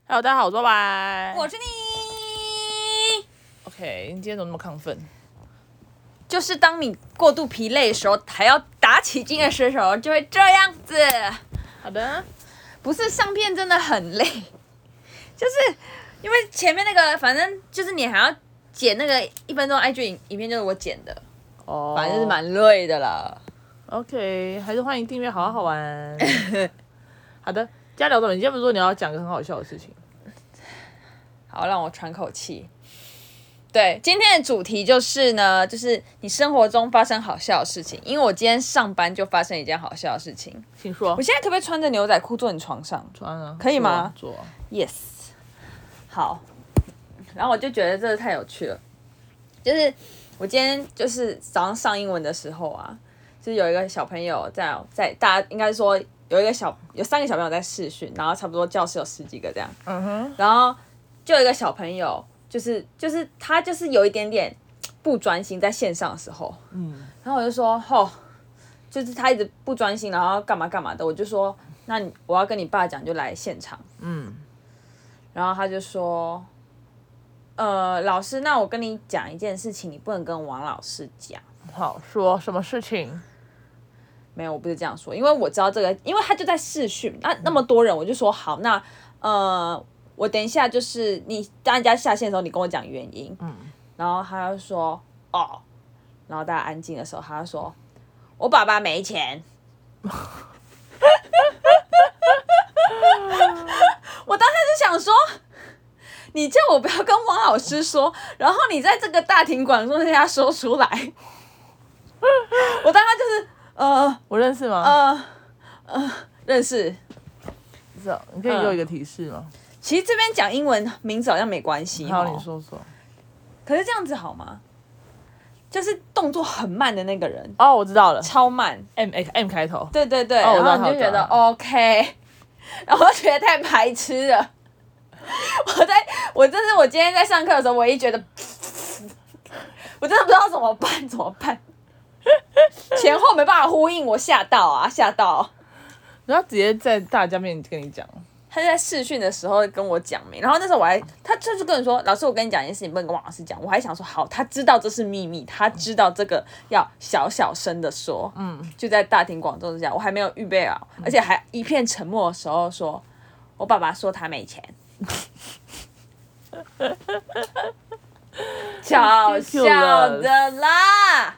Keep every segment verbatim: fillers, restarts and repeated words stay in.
Hello， 大家好，我是白， 我是你。 OK，你今天怎么那么亢奋？ 就是当你过度疲累的时候，还要打起精神的时候，就会这样子。 好的， 不是上片真的很累，就是因为前面那个，反正就是你还要剪那个一分钟 I G 影影片，就是我剪的， 哦、oh, 反正就是蛮累的啦。 OK， 还是欢迎订阅，好好好玩。好的，今天聊什么？你今天不是说你要讲个很好笑的事情？ 好，让我喘口气。对，今天的主题就是呢，就是你生活中发生好笑的事情。因为我今天上班就发生一件好笑的事情， 请说。 我现在可不可以穿着牛仔裤坐你床上？ 穿啊， 可以吗？ 坐、啊。 Yes。好，然后我就觉得这个太有趣了，就是我今天就是早上上英文的时候啊，就是有一个小朋友在在大家应该说有一个小有三个小朋友在视讯，然后差不多教室有十几个这样， 嗯哼， 然后就有一个小朋友。就是就是他就是有一点点不专心在线上的时候，嗯，然后我就说，哦，就是他一直不专心，然后干嘛干嘛的，我就说，那你我要跟你爸讲，就来现场，嗯，然后他就说，呃，老师，那我跟你讲一件事情，你不能跟王老师讲。 好，说什么事情？ 没有，我不是这样说，因为我知道这个，因为他就在视讯，那那么多人，我就说好，那呃。我等一下就是你大家下线的时候，你跟我讲原因。嗯，然后他就说哦，然后大家安静的时候，他就说我爸爸没钱。我当时就想说，你叫我不要跟王老师说，然后你在这个大庭广众之下说出来，我当时就是呃， 我认识吗？ 呃呃，认识。 是啊，你可以给我一个提示吗？嗯其实这边讲英文名字好像没关系。 好，你说说。 可是这样子好吗？就是动作很慢的那个人。 哦，我知道了， 超慢 ，M M 开头。 对对对， 哦、 然后你就觉得 OK， 然后我觉得太白痴了。我在我真是我今天在上课的时候，唯一觉得，我真的不知道怎么办，怎么办？前后没办法呼应，我吓到啊，吓到。 然后直接在大家面前跟你讲。 他就在视讯的时候跟我讲没，然后那时候我还，他就是跟你说，老师我跟你讲一件事情，不能跟王老师讲。我还想说，好，他知道这是秘密，他知道这个要小小声的说，嗯，就在大庭广众之下，我还没有预备好，而且还一片沉默的时候说，我爸爸说他没钱，超笑的啦。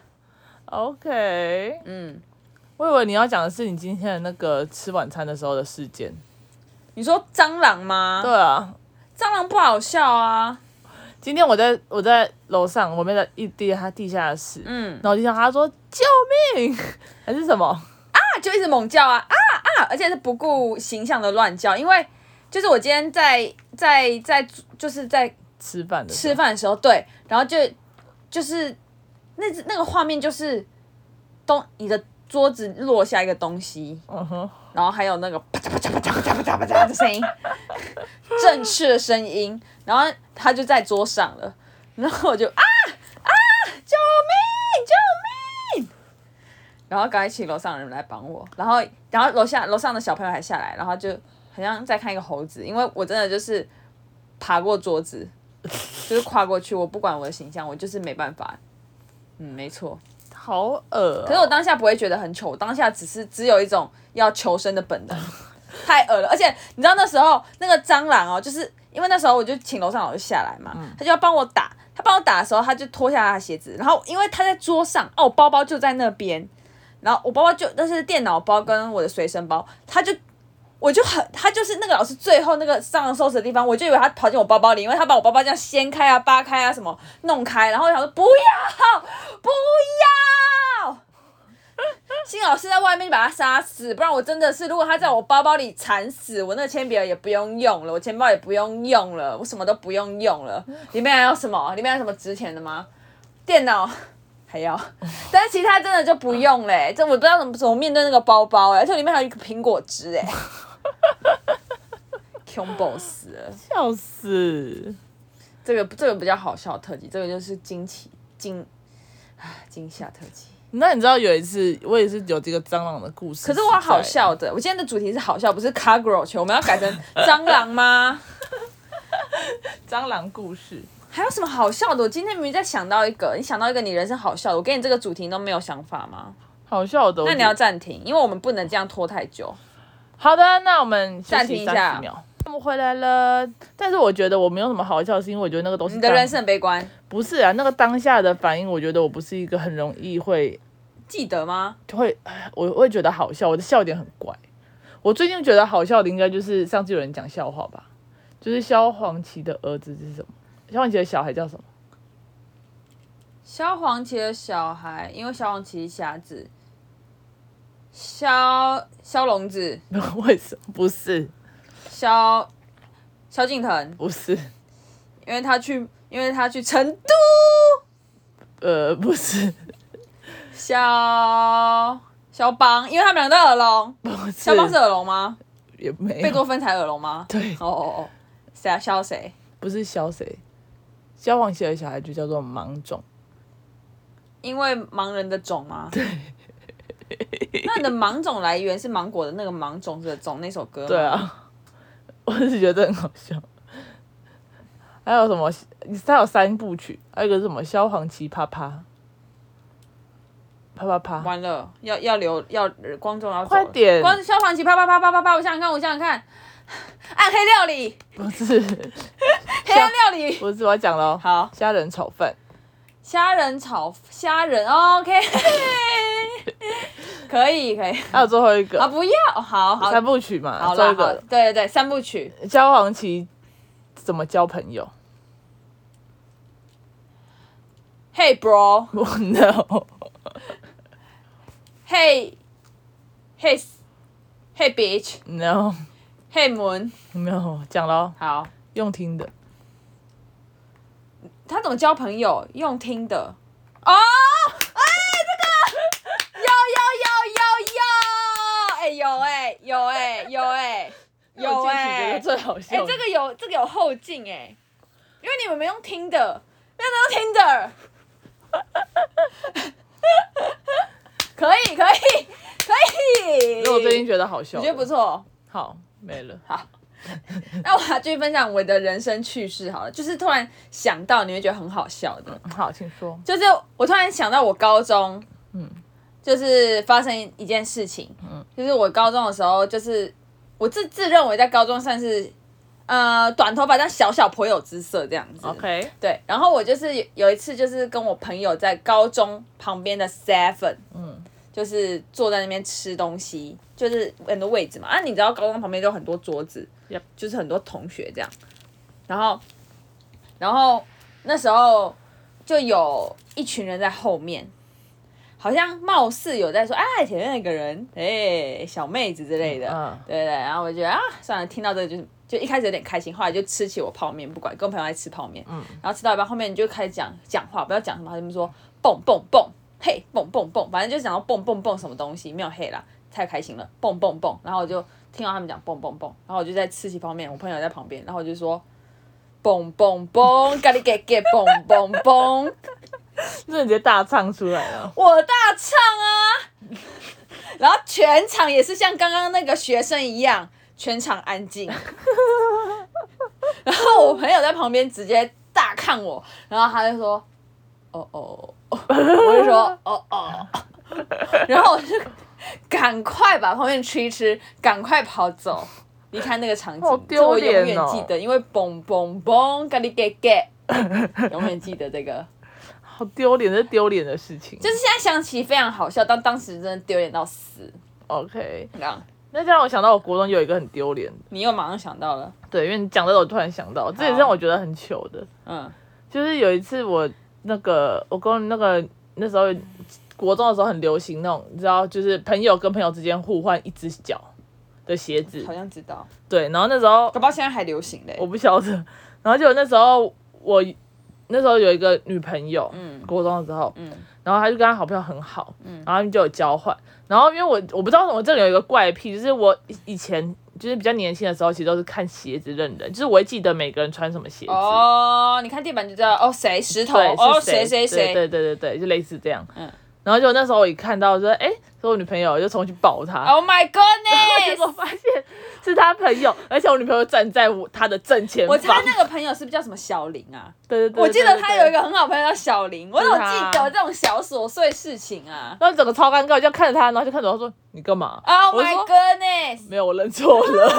OK， 嗯，我以为你要讲的是你今天的那个吃晚餐的时候的事件。 你说蟑螂吗？ 对啊， 蟑螂不好笑啊。 今天我在我在楼上，我们在一地他地下室，嗯，然后就听他说救命还是什么啊，就一直猛叫啊啊啊，而且是不顾形象的乱叫，因为就是我今天在在在就是在吃饭的吃饭的时候，对，然后就就是那那个画面就是东你的桌子落下一个东西，嗯哼。然后还有那个啪嚓啪嚓啪嚓啪嚓啪嚓啪嚓的声音，正式的声音，然后他就在桌上了，然后我就啊啊，救命救命！然后赶快请楼上的人来帮我，然后然后楼下楼上的小朋友还下来，然后就好像在看一个猴子，因为我真的就是爬过桌子，就是跨过去，我不管我的形象，我就是没办法，嗯，没错。 好恶、喔！ 可是我当下不会觉得很糗，我当下只是只有一种要求生的本能，太恶了。而且你知道那时候那个蟑螂哦，就是因为那时候我就请楼上老师下来嘛，嗯、他就要帮我打。他帮我打的时候，他就脱下他的鞋子，然后因为他在桌上，哦，我包包就在那边，然后我包包就那是电脑包跟我的随身包，他就我就很他就是那个老师最后那个蟑螂收拾的地方，我就以为他跑进我包包里，因为他把我包包这样掀开啊、扒开啊什么弄开，然后我想说不要不要。幸好是在外面把他杀死，不然我真的是，如果他在我包包里惨死，我那个铅笔也不用用了，我钱包也不用用了，我什么都不用用了。里面还有什么？里面还有什么值钱的吗？电脑还要，但是其他真的就不用嘞、欸。这我不知道怎么怎么面对那个包包哎、欸，而且里面还有一个苹果汁哎、欸，恐怖死了， 笑死！ 这个这个比较好笑的特辑，这个就是惊奇惊啊惊吓特辑。 那你知道有一次我也是有这个蟑螂的故事， 可是我好笑的。我今天的主题是好笑，不是 cockroach， 我们要改成蟑螂吗？ 蟑螂故事。 还有什么好笑的？我今天明明在想到一个，你想到一个你人生好笑的，我给你这个主题都没有想法吗？ 好笑的， 那你要暂停，因为我们不能这样拖太久。 好的，那我们暂停一下， 秒。我们回来了，但是我觉得我没有什么好笑，是因为我觉得那个都是你的人生很悲观。 不是啊，那个当下的反应，我觉得我不是一个很容易会记得吗？ 会，我会觉得好笑，我的笑点很怪。我最近觉得好笑的应该就是上次有人讲笑话吧，就是萧煌奇的儿子是什么？萧煌奇的小孩叫什么？ 萧煌奇的小孩，因为萧煌奇是瞎子，萧萧龙子。 为什么不是？ 萧萧敬腾不是， 因为他去，因为他去成都。 呃，不是。 萧萧邦，因为他们两个都耳聋。 不是。 萧邦是耳聋吗？ 也没有。 贝多芬才耳聋吗？ 对。 哦哦哦，谁啊？萧谁？ 不是萧谁？萧煌奇的小孩就叫做盲种。 因为盲人的种吗？ 对。 那你的盲种来源是芒果的那个芒种的种那首歌吗？ 对啊，我是觉得很好笑。还有什么？它有三部曲，还有一个是什么？萧煌奇啪啪，啪啪啪。 完了，要要留要观众要走快点！ 光萧煌奇啪啪啪啪啪啪，我想想看，我想想看，暗黑料理不是， 黑暗料理不是，我要讲了。 好， 虾仁炒饭。 虾仁炒虾仁 ，OK， 可以可以。 还有最后一个啊，不要，好好三部曲嘛， 好啦， 最后一个， 对对对，三部曲。 萧煌奇怎么交朋友 ？Hey bro， no， Hey Hey Hey bitch， no， Hey moon， no， 讲咯。 好， 用听的。 他怎么交朋友？用听的。哦，哎，这个有有有有有，哎有哎有哎有哎有哎， 最好笑。 哎，这个有这个有后劲哎，因为你们没用听的，没有用听的。可以可以可以。 那我最近觉得好笑。 我觉得不错。 好，没了。 好。那我要继续分享我的人生趣事好了，就是突然想到你会觉得很好笑的。 嗯、好，请说。 就是我突然想到我高中，嗯，就是发生一件事情，嗯，就是我高中的时候，就是我自自认为在高中算是呃短头发但小小颇有姿色这样子。 OK。 对，然后我就是有一次就是跟我朋友在高中旁边的 Seven， 嗯。就是坐在那边吃东西，就是很多位置嘛。啊，你知道高中旁边就很多桌子， yep. 就是很多同学这样。然后，然后那时候就有一群人在后面，好像貌似有在说，哎，前面那个人，哎，小妹子之类的。嗯、对对。然后我就觉得啊，算了，听到这个就就一开始有点开心，后来就吃起我泡面，不管跟朋友在吃泡面，嗯，然后吃到一半，后面你就开始讲讲话，不知道讲什么，他们说蹦蹦蹦。嘿，蹦蹦蹦，反正就讲到蹦蹦蹦什么东西，没有嘿啦，太开心了，蹦蹦蹦，然后我就听到他们讲蹦蹦蹦，然后我就在吃起泡面，我朋友在旁边，然后我就说蹦蹦蹦，咖喱给给蹦蹦蹦， 那你直接大唱出来了， 我大唱啊，然后全场也是像刚刚那个学生一样，全场安静，然后我朋友在旁边直接大看我，然后他就说，哦哦。我就说哦哦，然后我就赶快把泡面吃一吃，赶快跑走，离开那个场景。 好丢脸哦！ 这我永远记得，因为嘣嘣嘣，咖喱给给，永远记得这个。 好丢脸，这丢脸的事情。 就是现在想起非常好笑，但当时真的丢脸到死。 OK， 这样。 那这让我想到我国中有一个很丢脸的。 你又马上想到了。 对，因为你讲的我突然想到，这也是让我觉得很糗的。嗯，就是有一次我。那个我跟那个那时候国中的时候很流行那种，你知道，就是朋友跟朋友之间互换一只脚的鞋子， 好像知道。 对，然后那时候搞不好现在还流行嘞， 我不晓得。然后就那时候我那时候有一个女朋友，嗯，国中的时候，嗯，然后她就跟她好朋友很好，嗯，然后他们就有交换。然后因为我我不知道我这里有一个怪癖，就是我以前。就是比较年轻的时候，其实都是看鞋子认人，就是我会记得每个人穿什么鞋子。 哦，你看地板就知道哦，谁石头哦，谁谁谁， 对对对对对，就类似这样。嗯。 然后就那时候我一看到说，哎、欸，是我女朋友，就冲去抱她。 Oh my goodness！ 结果发现是她朋友，而且我女朋友站在我她的正前方。 我猜那个朋友是不是叫什么小林啊？ 对对 对, 对, 对, 对， 我记得他有一个很好朋友叫小林，我怎么记得这种小琐碎事情啊？ 然后整个超尴尬，就看着他，然后就看着我说：“你干嘛 ？”Oh my goodness！ 没有，我认错了。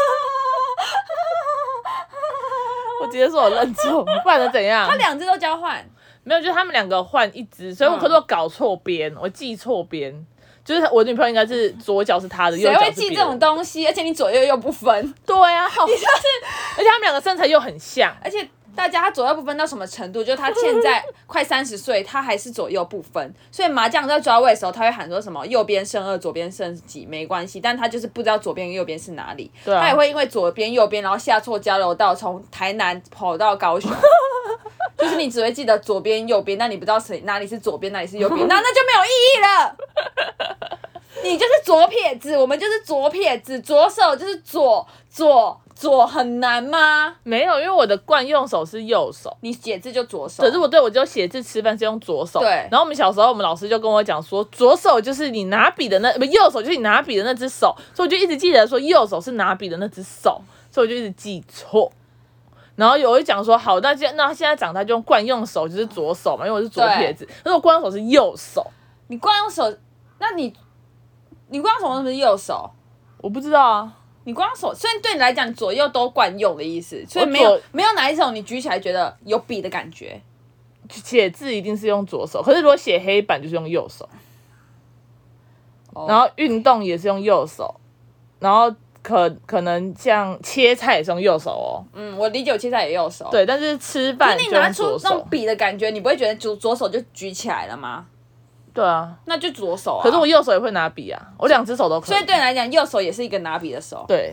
我直接说我认错，不然能怎样？ 他两只都交换。 没有，就是他们两个换一只，所以我可是我搞错边，我记错边，就是我女朋友应该是左脚是她的，右脚是别人的。 谁会记这种东西？而且你左右又不分。 对啊，你就是，而且他们两个身材又很像， 而且大家他左右不分到什么程度？就是他现在快三十岁，他还是左右不分，所以麻将在抓位的时候，他会喊说什么右边胜二，左边胜几，没关系，但他就是不知道左边跟右边是哪里。 对啊， 他也会因为左边右边，然后下错交流道，从台南跑到高雄。就是你只会记得左边右边，但你不知道谁哪里是左边，哪里是右边，那那就没有意义了。你就是左撇子，我们就是左撇子，左手就是左左左，很难吗？ 没有，因为我的惯用手是右手， 你写字就左手。 可是我对我就写字吃饭是用左手。 对。 然后我们小时候，我们老师就跟我讲说，左手就是你拿笔的那不，右手就是你拿笔的那只手，所以我就一直记得说右手是拿笔的那只手，所以我就一直记错。然后有人讲说，好，那现那现在长大就用惯用手，就是左手嘛，因为我是左撇子，但是我惯用手是右手。 你惯用手，那你你惯用手为什么是右手？ 我不知道啊。 你惯用手，所以对你来讲左右都惯用的意思，所以没有没有哪一种你举起来觉得有笔的感觉。 写字一定是用左手，可是如果写黑板就是用右手。Oh. 然后运动也是用右手，然后。可可能像切菜也是用右手哦。 嗯，我理解，我切菜也右手。 对，但是吃饭就用左手。 可是你拿出那种笔的感觉，你不会觉得左左手就举起来了吗？ 对啊， 那就左手啊。 可是我右手也会拿笔啊，我两只手都可以。 所以对你来讲，右手也是一个拿笔的手。 对。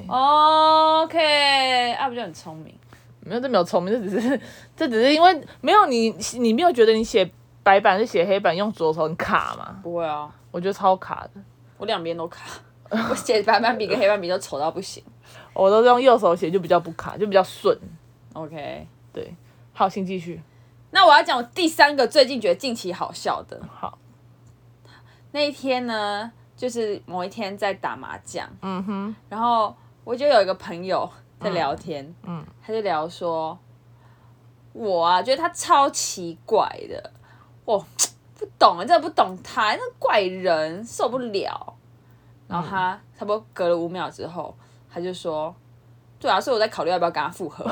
OK， 啊，不就很聪明？ 没有，这没有聪明，这只是这只是因为没有你，你没有觉得你写白板是写黑板用左手很卡吗？ 不会啊， 我觉得超卡的。 我两边都卡。我写白板笔跟黑板笔都丑到不行， 我都是用右手写，就比较不卡，就比较顺。 OK， 对，好，请继续。 那我要讲我第三个最近觉得近期好笑的。 好， 那一天呢，就是某一天在打麻将， 嗯哼， 然后我就有一个朋友在聊天，嗯，嗯他就聊说，我啊觉得他超奇怪的，我不懂啊，真的不懂他，那怪人受不了。然后他差不多隔了五秒之后，他就说：“对啊，所以我在考虑要不要跟他复合。”我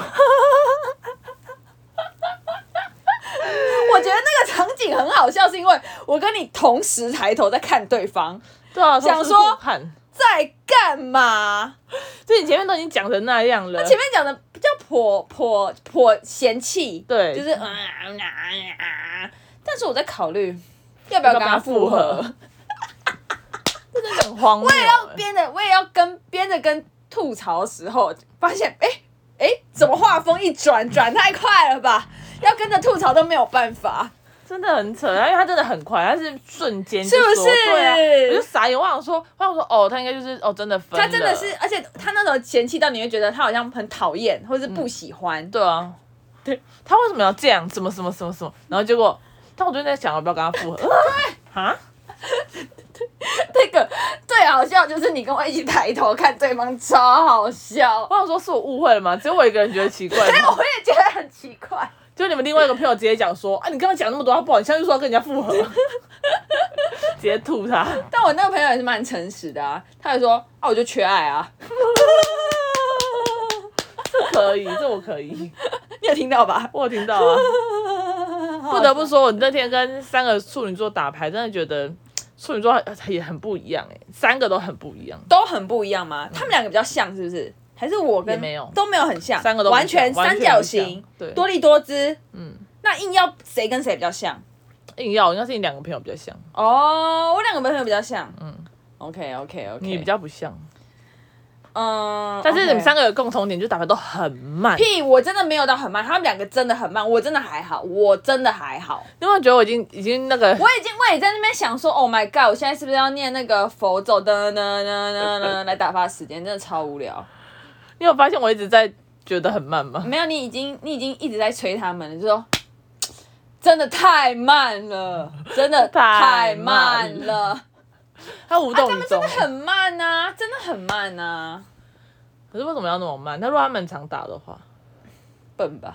觉得那个场景很好笑，是因为我跟你同时抬头在看对方， 对啊， 想说在干嘛？ 就你前面都已经讲成那样了， 那前面讲的比较颇颇颇嫌弃， 对， 就是啊啊，但是我在考虑要不要跟他复合。 真的很荒谬。 我也要编的，我也要跟编着跟吐槽的时候，发现哎哎、欸欸，怎么画风一转转太快了吧？要跟着吐槽都没有办法， 真的很扯。因为他真的很快，他是瞬间是不是？ 对啊，我就傻眼。我想说，我想说，哦，他应该就是哦，真的分了。 他真的是，而且他那时候嫌弃到你会觉得他好像很讨厌，或者是不喜欢、 嗯。对啊，对，他为什么要这样？什么什么什么什么？然后结果，但我最近在想，要不要跟他复合？啊？ 那个最好笑就是你跟我一起抬头看对方，超好笑。 我想说，是我误会了吗？只有我一个人觉得奇怪吗？ 对，我也觉得很奇怪。 就你们另外一个朋友直接讲说，啊，你刚刚讲那么多，他不好，你现在就说要跟人家复合，直接吐他。 但我那个朋友也是蛮诚实的啊，他就说，啊，我就缺爱啊。 这可以，这我可以。 你有听到吧？ 我有听到啊。不得不说，我那天跟三个处女座打牌，真的觉得处女座也很不一样哎、欸，三个都很不一样。 都很不一样吗？他们两个比较像，是不是？还是我跟没有都没有很像， 三个都完全三角形， 对， 多利多姿。 嗯， 那硬要谁跟谁比较像？ 硬要应该是你两个朋友比较像。 哦，我两个朋友比较像。 嗯 ，OK OK OK， 你比较不像。 嗯， 但是你们三个有共同点，就打牌都很慢。 屁，我真的没有到很慢，他们两个真的很慢，我真的还好，我真的还好。 因为我觉得我已经已经那个， 我已经我也在那边想说 ，Oh my god， 我现在是不是要念那个佛咒噔噔噔噔噔来打发时间，真的超无聊。 你有发现我一直在觉得很慢吗？ 没有，你已经你已经一直在催他们了，就说真的太慢了，真的太慢了。 他无动于衷、 啊，他们真的很慢啊，真的很慢啊。 可是为什么要那么慢？他如果他们常打的话， 笨吧？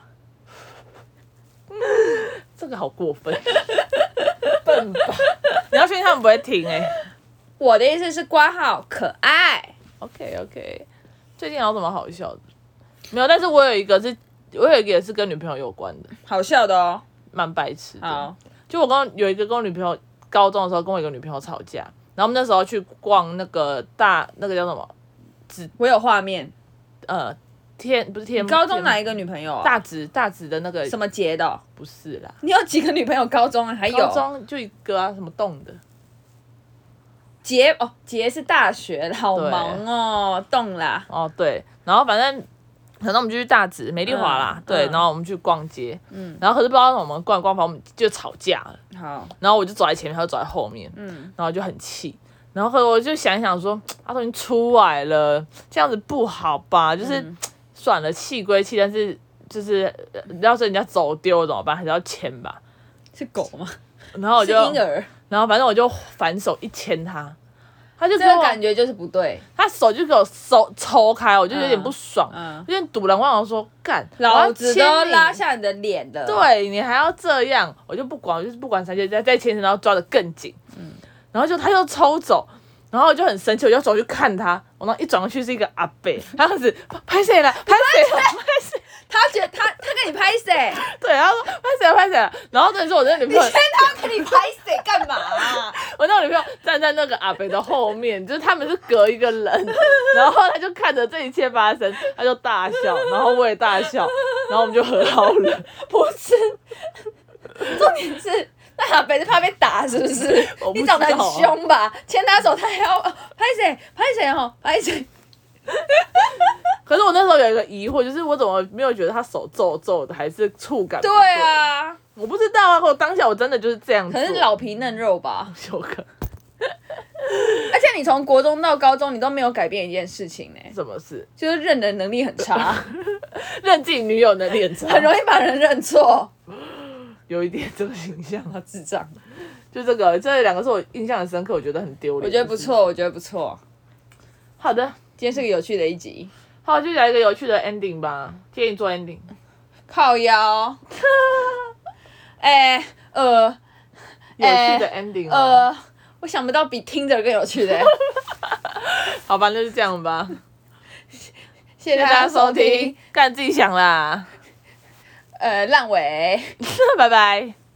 这个好过分，笨吧？你要确定他们不会停哎、欸。 我的意思是挂号可爱。 OK OK， 最近有什么好笑的？没有，但是我有一个是，我有一个也是跟女朋友有关的， 好笑的哦， 蛮白痴的。 好， 就我跟有一个跟我女朋友高中的时候跟我一个女朋友吵架，然后我们那时候去逛那个大那个叫什么？ 我有画面。 呃，天不是天。 你高中哪一个女朋友啊？ 大直大直的那个什么节的、哦？ 不是啦。 你有几个女朋友？高中啊，还有高中就一个啊，什么栋的。 节哦，节是大学，好忙哦，懂啦。 哦对，然后反正。可能我们就去大直美丽华啦，嗯、对，嗯、然后我们去逛街，嗯，然后可是不知道我们逛逛房，我们就吵架了， 好， 然后我就走在前面，他就走在后面，嗯，然后就很气，然后我就想一想说，他都已经出来了，这样子不好吧？就是、嗯、算了，气归气，但是就是要是人家走丢怎么办？还是要牵吧？ 是狗吗？ 然后我就， 是婴儿， 然后反正我就反手一牵他。他就这个感觉就是不对， 他手就给我手抽开，我就有点不爽，嗯嗯、有点堵人。我想说，干， 老子都拉下你的脸了， 对你还要这样，我就不管，我就是不管三七，再再牵绳，然后抓得更紧，嗯，然后就他又抽走，然后我就很生气，我就走去看他，我然后一转过去是一个阿伯，他样子拍谁了？拍谁了？拍谁？ 他觉得他他跟你拍谁？ 对，他说拍谁了？拍谁了？然后等于说我那女朋友， 你现在要跟你拍谁干嘛、啊？ 我那女朋友站在那个阿伯的后面，就是他们是隔一个人，然后他就看着这一切发生，他就大笑，然后我也大笑，然后我们就和好了。 不是，重点是那阿伯是怕被打是不是？ 我不你长得很凶吧？牵他手他还要拍谁？拍谁哦？拍谁？ 可是我那时候有一个疑惑，就是我怎么没有觉得他手皱皱的，还是触感不对啊， 我不知道啊。我当下我真的就是这样做， 可能是老皮嫩肉吧， 有可能。 而且你从国中到高中，你都没有改变一件事情呢、欸。 什么事？ 就是认人能力很差， 认自己女友能力很差， 很容易把人认错。 有一点这个形象啊，智障。 就这个，这两个是我印象很深刻，我觉得很丢脸。 我觉得不错，我觉得不错。 好的， 今天是个有趣的一集。 好，就来一个有趣的 ending 吧。建议做 ending。 靠腰。哎、欸，呃， 有趣的 ending、 欸。呃，我想不到比听着更有趣的、欸。 好吧，那就这样吧。 谢谢大家收听， 干自己想啦。 呃，烂尾。 拜拜。